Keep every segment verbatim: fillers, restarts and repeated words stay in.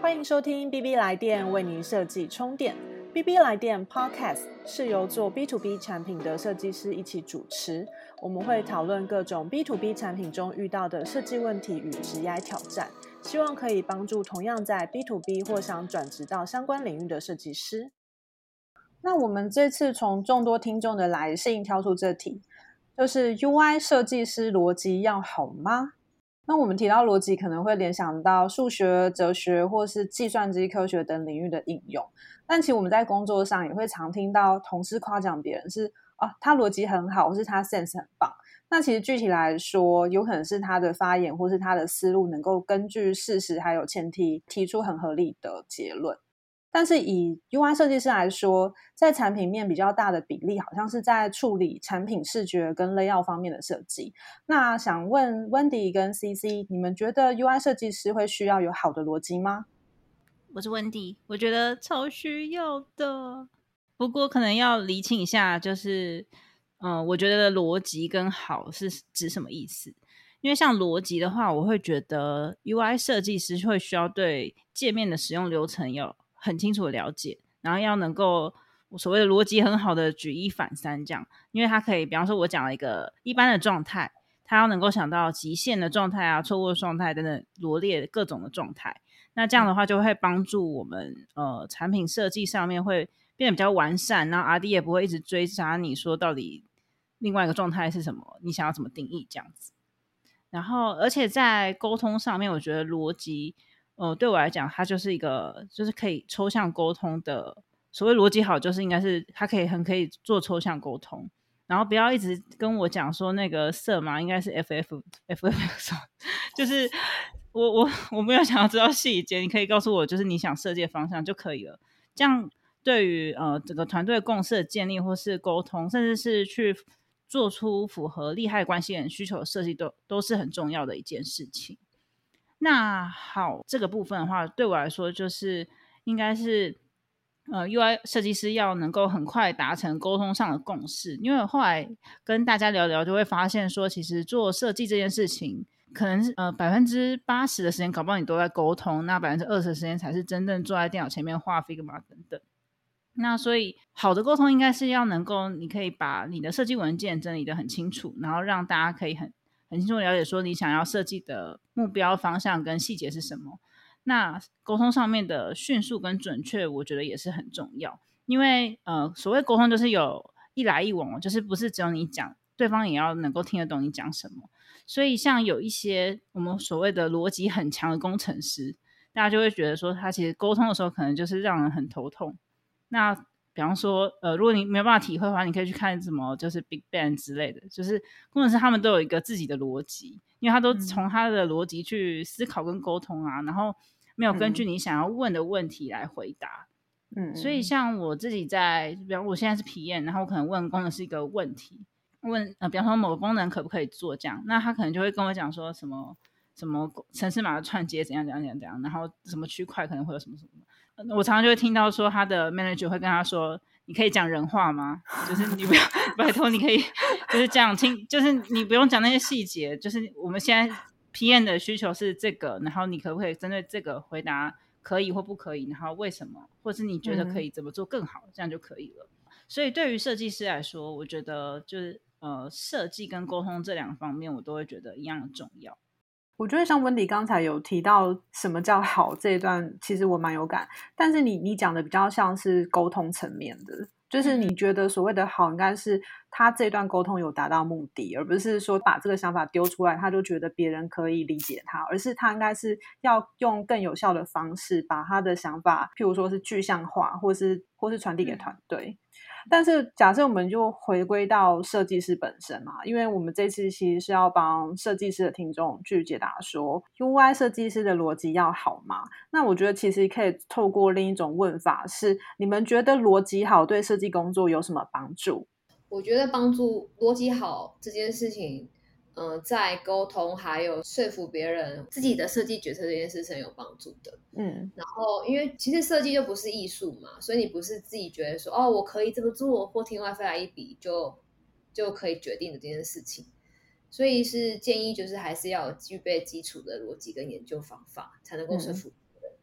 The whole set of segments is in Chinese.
欢迎收听 B B 来电为您设计充电。B B 来电 Podcast 是由做 B to B 产品的设计师一起主持，我们会讨论各种 B to B 产品中遇到的设计问题与职业挑战，希望可以帮助同样在 B to B 或想转职到相关领域的设计师。那我们这次从众多听众的来信挑出这题，就是 U I 设计师逻辑要好吗？那我们提到逻辑可能会联想到数学、哲学或是计算机科学等领域的应用，但其实我们在工作上也会常听到同事夸奖别人是啊，他逻辑很好，或是他 sense 很棒。那其实具体来说，有可能是他的发言或是他的思路能够根据事实还有前提提出很合理的结论。但是以 U I 设计师来说，在产品面比较大的比例好像是在处理产品视觉跟 layout 方面的设计。那想问 Wendy 跟 C C， 你们觉得 U I 设计师会需要有好的逻辑吗？ 我是 Wendy， 我觉得超需要的。不过可能要厘清一下，就是嗯，我觉得逻辑跟好是指什么意思？因为像逻辑的话，我会觉得 U I 设计师会需要对界面的使用流程有很清楚的了解，然后要能够所谓的逻辑很好的举一反三这样，因为他可以比方说我讲了一个一般的状态，他要能够想到极限的状态啊、错误的状态等等罗列各种的状态，那这样的话就会帮助我们呃产品设计上面会变得比较完善，然后 R D 也不会一直追杀你说到底另外一个状态是什么，你想要怎么定义这样子。然后而且在沟通上面，我觉得逻辑呃对我来讲它就是一个就是可以抽象沟通的，所谓逻辑好就是应该是它可以很可以做抽象沟通，然后不要一直跟我讲说那个色嘛应该是 F F F F 就是我我我没有想要知道细节，你可以告诉我就是你想设计的方向就可以了，这样对于呃整个团队共识的建立或是沟通，甚至是去做出符合利害关系人需求的设计都都是很重要的一件事情。那好，这个部分的话对我来说就是应该是呃 U I 设计师要能够很快达成沟通上的共识，因为后来跟大家聊聊就会发现说其实做设计这件事情可能是呃百分之八十的时间搞不好你都在沟通，那百分之二十的时间才是真正坐在电脑前面画 Figma 等等。那所以好的沟通应该是要能够你可以把你的设计文件整理得很清楚，然后让大家可以很很清楚了解说你想要设计的目标方向跟细节是什么。那沟通上面的迅速跟准确我觉得也是很重要，因为呃所谓沟通就是有一来一往，就是不是只有你讲，对方也要能够听得懂你讲什么。所以像有一些我们所谓的逻辑很强的工程师，大家就会觉得说他其实沟通的时候可能就是让人很头痛。那比方说呃，如果你没有办法体会的话，你可以去看什么就是 Big Bang 之类的，就是工程师他们都有一个自己的逻辑，因为他都从他的逻辑去思考跟沟通啊，然后没有根据你想要问的问题来回答。嗯，所以像我自己在比方我现在是 P M， 然后我可能问工程师一个问题，问呃，比方说某个功能可不可以做这样，那他可能就会跟我讲说什么什么程式码的串接怎样怎样怎样怎样，然后什么区块可能会有什么什么。我常常就会听到说他的 manager 会跟他说你可以讲人话吗？就是你不要拜托你可以就是这样听，就是你不用讲那些细节，就是我们现在 P M 的需求是这个，然后你可不可以针对这个回答可以或不可以，然后为什么，或是你觉得可以怎么做更好，嗯，这样就可以了。所以对于设计师来说，我觉得就是呃设计跟沟通这两方面我都会觉得一样的重要。 我觉得像温迪刚才有提到什么叫好这一段，其实我蛮有感，但是你你讲的比较像是沟通层面的，就是你觉得所谓的好应该是他这段沟通有达到目的，而不是说把这个想法丢出来他就觉得别人可以理解他，而是他应该是要用更有效的方式把他的想法譬如说是具象化，或是或是传递给团队。但是假设我们就回归到设计师本身嘛，因为我们这次其实是要帮设计师的听众去解答说 U I 设计师的逻辑要好吗？那我觉得其实可以透过另一种问法是，你们觉得逻辑好对设计工作有什么帮助？ 我觉得帮助逻辑好这件事情呃，在沟通还有说服别人自己的设计决策这件事是很有帮助的。嗯，然后因为其实设计就不是艺术嘛，所以你不是自己觉得说哦我可以这么做，或听外飞来一笔就就可以决定的这件事情，所以是建议就是还是要有具备基础的逻辑跟研究方法才能够说服别人。嗯，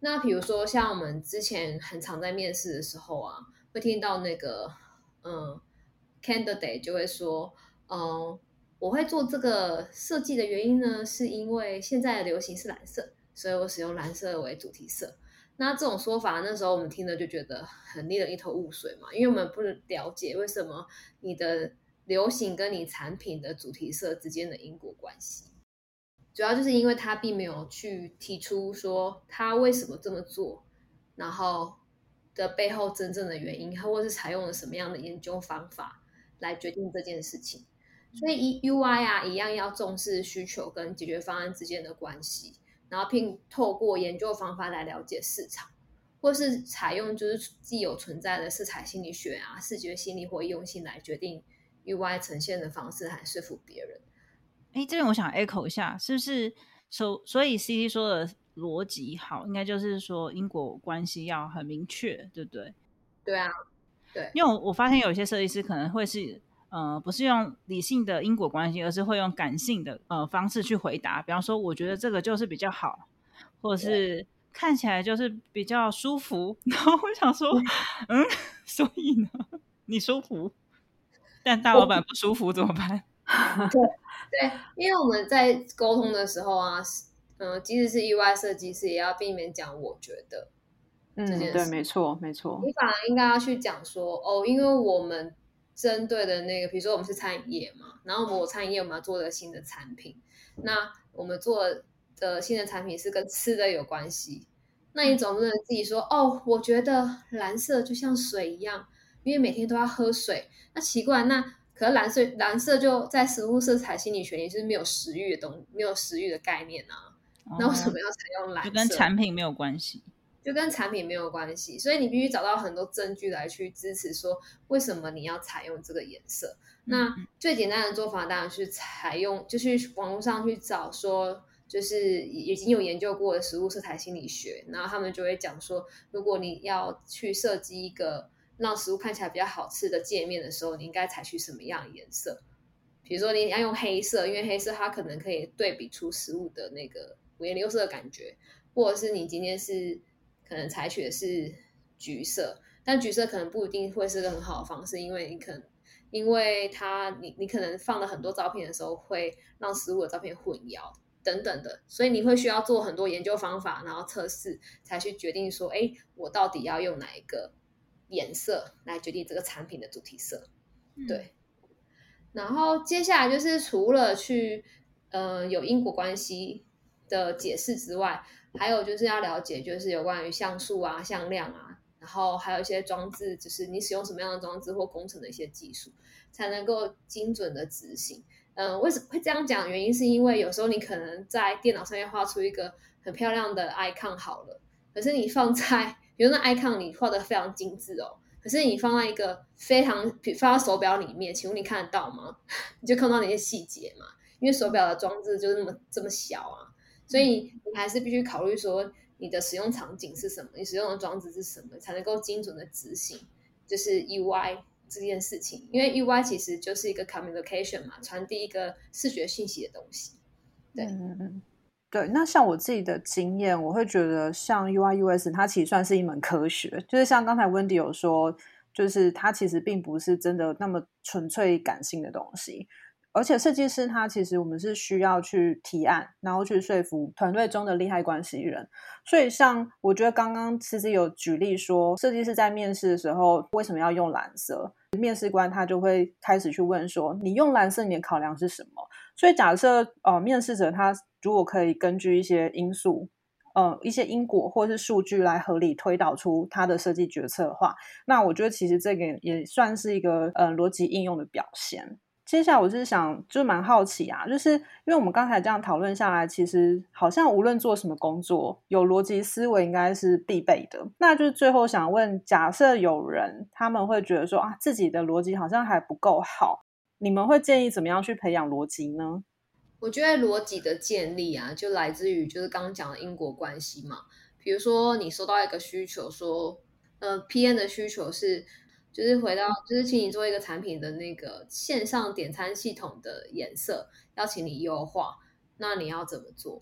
那比如说像我们之前很常在面试的时候啊，会听到那个嗯 candidate 就会说，嗯，我会做这个设计的原因呢，是因为现在的流行是蓝色，所以我使用蓝色为主题色。那这种说法那时候我们听了就觉得很令人一头雾水嘛，因为我们不了解为什么你的流行跟你产品的主题色之间的因果关系。主要就是因为他并没有去提出说他为什么这么做，然后的背后真正的原因，或是采用了什么样的研究方法来决定这件事情。所以 U I 啊一样要重视需求跟解决方案之间的关系，然后并透过研究方法来了解市场，或是采用就是既有存在的色彩心理学啊、视觉心理或应用性来决定 U I 呈现的方式和说服别人。 哎，这边我想 echo 一下，是不是所所以 C C 说的逻辑好，应该就是说因果关系要很明确，对不对？ 对啊，对， 因为我我发现有些设计师可能会是呃不是用理性的因果关系，而是会用感性的呃方式去回答，比方说我觉得这个就是比较好，或者是看起来就是比较舒服，然后我想说嗯，所以呢你舒服，但大老板不舒服怎么办？ 对对，因为我们在沟通的时候啊，嗯、呃，即使是 U I 设计师，也要避免讲我觉得这件嗯，对， 事。 没错，没错。 你反而应该要去讲说，哦，因为我们针对的那个，比如说我们是餐饮业嘛，然后我们我餐饮业我们要做的新的产品，那我们做的新的产品是跟吃的有关系，那你总不能自己说，哦，我觉得蓝色就像水一样，因为每天都要喝水，那奇怪，那可是蓝色蓝色就在食物色彩心理学里是没有食欲的东，没有食欲的概念啊，那为什么要采用蓝色？ 就跟产品没有关系。 就跟产品没有关系，所以你必须找到很多证据来去支持说为什么你要采用这个颜色。那最简单的做法当然是采用，就去网络上去找说，就是已经有研究过的食物色彩心理学，然后他们就会讲说，如果你要去设计一个让食物看起来比较好吃的界面的时候，你应该采取什么样的颜色？比如说你要用黑色，因为黑色它可能可以对比出食物的那个五颜六色的感觉，或者是你今天是可能采取的是橘色，但橘色可能不一定会是个很好的方式，因为你可能因为它你你可能放了很多照片的时候，会让食物的照片混淆等等的，所以你会需要做很多研究方法，然后测试才去决定说，哎，我到底要用哪一个颜色来决定这个产品的主题色，对。然后接下来就是除了去呃有因果关系的解释之外，还有就是要了解就是有关于像素啊、向量啊，然后还有一些装置，就是你使用什么样的装置或工程的一些技术，才能够精准的执行。嗯、呃，为什么会这样讲？原因是因为有时候你可能在电脑上面画出一个很漂亮的 icon 好了，可是你放在比如那 icon 你画的非常精致哦。可是你放在一个非常放在手表里面，请问你看得到吗？你就看不到那些细节嘛，因为手表的装置就是那么这么小啊，所以你还是必须考虑说你的使用场景是什么，你使用的装置是什么，才能够精准的执行就是 U I 这件事情。因为 U I 其实就是一个 communication 嘛，传递一个视觉信息的东西。对， 嗯嗯。对，那像我自己的经验，我会觉得像 U I U X 它其实算是一门科学，就是像刚才 Wendy 有说，就是它其实并不是真的那么纯粹感性的东西，而且设计师他其实我们是需要去提案，然后去说服团队中的利害关系人，所以像我觉得刚刚其实有举例说，设计师在面试的时候为什么要用蓝色，面试官他就会开始去问说，你用蓝色你的考量是什么？所以假设呃面试者他如果可以根据一些因素呃一些因果或是数据来合理推导出他的设计决策的话，那我觉得其实这个也算是一个呃逻辑应用的表现。接下来我是想就蛮好奇啊，就是因为我们刚才这样讨论下来，其实好像无论做什么工作，有逻辑思维应该是必备的。那就是最后想问，假设有人他们会觉得说啊自己的逻辑好像还不够好，你们会建议怎么样去培养逻辑呢？ 我觉得逻辑的建立啊，就来自于就是刚刚讲的因果关系嘛。比如说你收到一个需求说，呃 P M 的需求是就是回到就是请你做一个产品的那个线上点餐系统的颜色，要请你优化，那你要怎么做？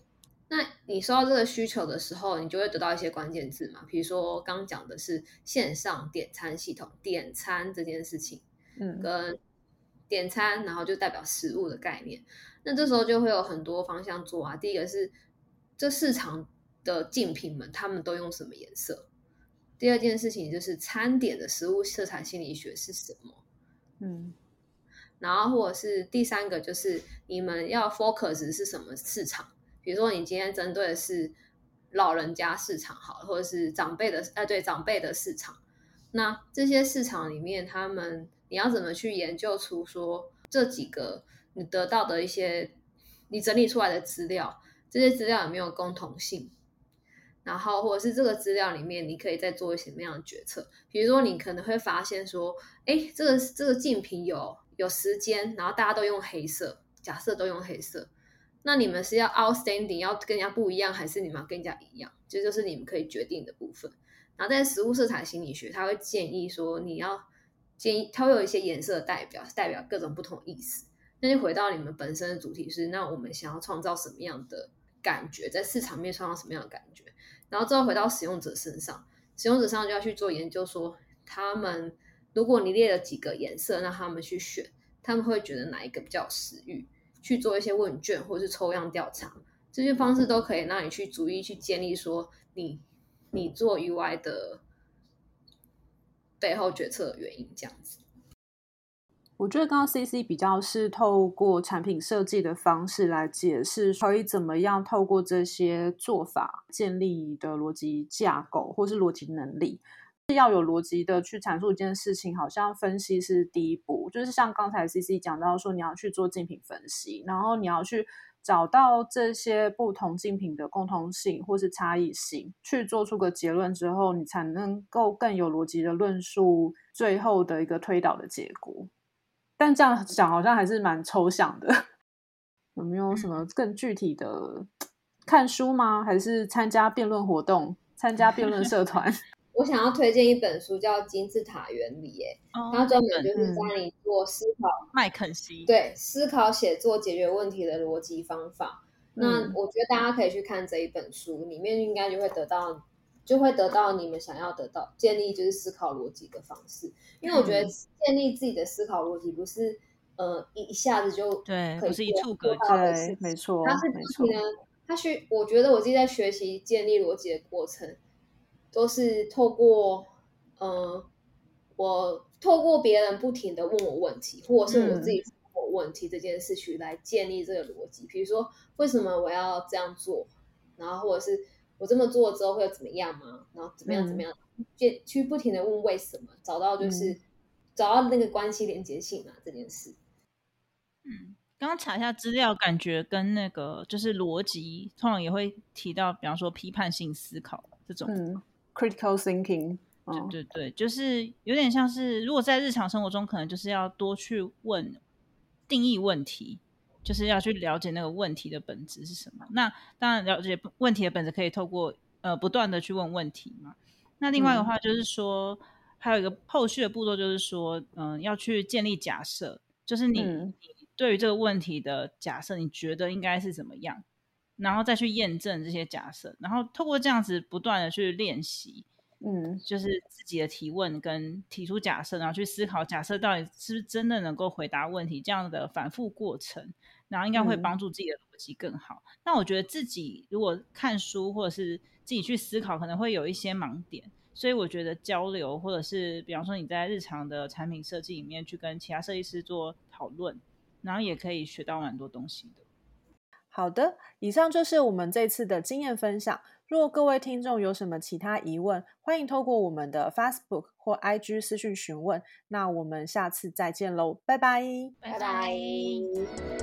那你收到这个需求的时候，你就会得到一些关键字嘛，比如说刚讲的是线上点餐系统，点餐这件事情，嗯，跟点餐，然后就代表食物的概念。那这时候就会有很多方向做啊。第一个是这市场的竞品们他们都用什么颜色？第二件事情就是餐点的食物色彩心理学是什么？嗯。然后或者是第三个就是你们要 focus 是什么市场？比如说你今天针对的是老人家市场好，或者是长辈的呃对长辈的市场，那这些市场里面他们你要怎么去研究出说这几个你得到的一些你整理出来的资料，这些资料有没有共同性？然后或者是这个资料里面你可以再做什么样的决策？比如说你可能会发现说，哎，这个这个竞品有有时间，然后大家都用黑色，假设都用黑色，那你们是要 outstanding 要跟人家不一样，还是你们要跟人家一样？这就是你们可以决定的部分。然后在食物色彩心理学，他会建议说你要建议，它会有一些颜色的代表，代表各种不同意思。那就回到你们本身的主题是，那我们想要创造什么样的感觉，在市场面创造什么样的感觉？然后之后回到使用者身上，使用者上就要去做研究说，他们如果你列了几个颜色，让他们去选，他们会觉得哪一个比较有食欲，去做一些问卷或是抽样调查，这些方式都可以让你去逐一去建立说你你做 U I 的背后决策的原因这样子。 我觉得刚刚 C C 比较是透过产品设计的方式来解释可以怎么样透过这些做法建立的逻辑架构或是逻辑能力。要有逻辑的去阐述一件事情，好像分析是第一步，就是像刚才 C C 讲到说你要去做竞品分析，然后你要去找到这些不同竞品的共同性或是差异性，去做出个结论之后，你才能够更有逻辑的论述最后的一个推导的结果。但这样讲好像还是蛮抽象的，有没有什么更具体的？看书吗？还是参加辩论活动？参加辩论社团？ 我想要推荐一本书叫《金字塔原理》，哎、哦，它专门就是教你做思考， 麦肯锡对思考写作解决问题的逻辑方法。嗯、那我觉得大家可以去看这一本书，里面应该就会得到。就会得到你们想要得到建立就是思考逻辑的方式，因为我觉得建立自己的思考逻辑不是呃一下子就对， 可以不是一触可及， 对，没错， 它是不停的，它需我觉得我自己在学习建立逻辑的过程，都是透过呃我透过别人不停的问我问题，或者是我自己问我问题这件事情来建立这个逻辑，比如说为什么我要这样做，然后或者是我这么做之后会怎么样吗？然后怎么样怎么样？嗯、去不停的问为什么，找到就是、嗯、找到那个关系连接性啊这件事。 嗯，刚刚查一下资料，感觉跟那个就是逻辑，通常也会提到，比方说批判性思考这种， 嗯 ，critical thinking， 对对对，就是有点像是，如果在日常生活中，可能就是要多去问定义问题。就是要去了解那个问题的本质是什么。那当然了解问题的本质可以透过呃不断的去问问题嘛。那另外的话就是说、嗯、还有一个后续的步骤就是说嗯、呃、要去建立假设，就是你、嗯、你对于这个问题的假设你觉得应该是怎么样，然后再去验证这些假设，然后透过这样子不断的去练习嗯，就是自己的提问跟提出假设，然后去思考假设到底是不是真的能够回答问题，这样的反复过程，然后应该会帮助自己的逻辑更好。那、嗯、我觉得自己如果看书或者是自己去思考，可能会有一些盲点，所以我觉得交流，或者是比方说你在日常的产品设计里面去跟其他设计师做讨论，然后也可以学到蛮多东西的。 好的，以上就是我们这次的经验分享。如果各位听众有什么其他疑问，欢迎透过我们的 Facebook 或 I G 私讯询问。那我们下次再见喽，拜拜， 拜拜。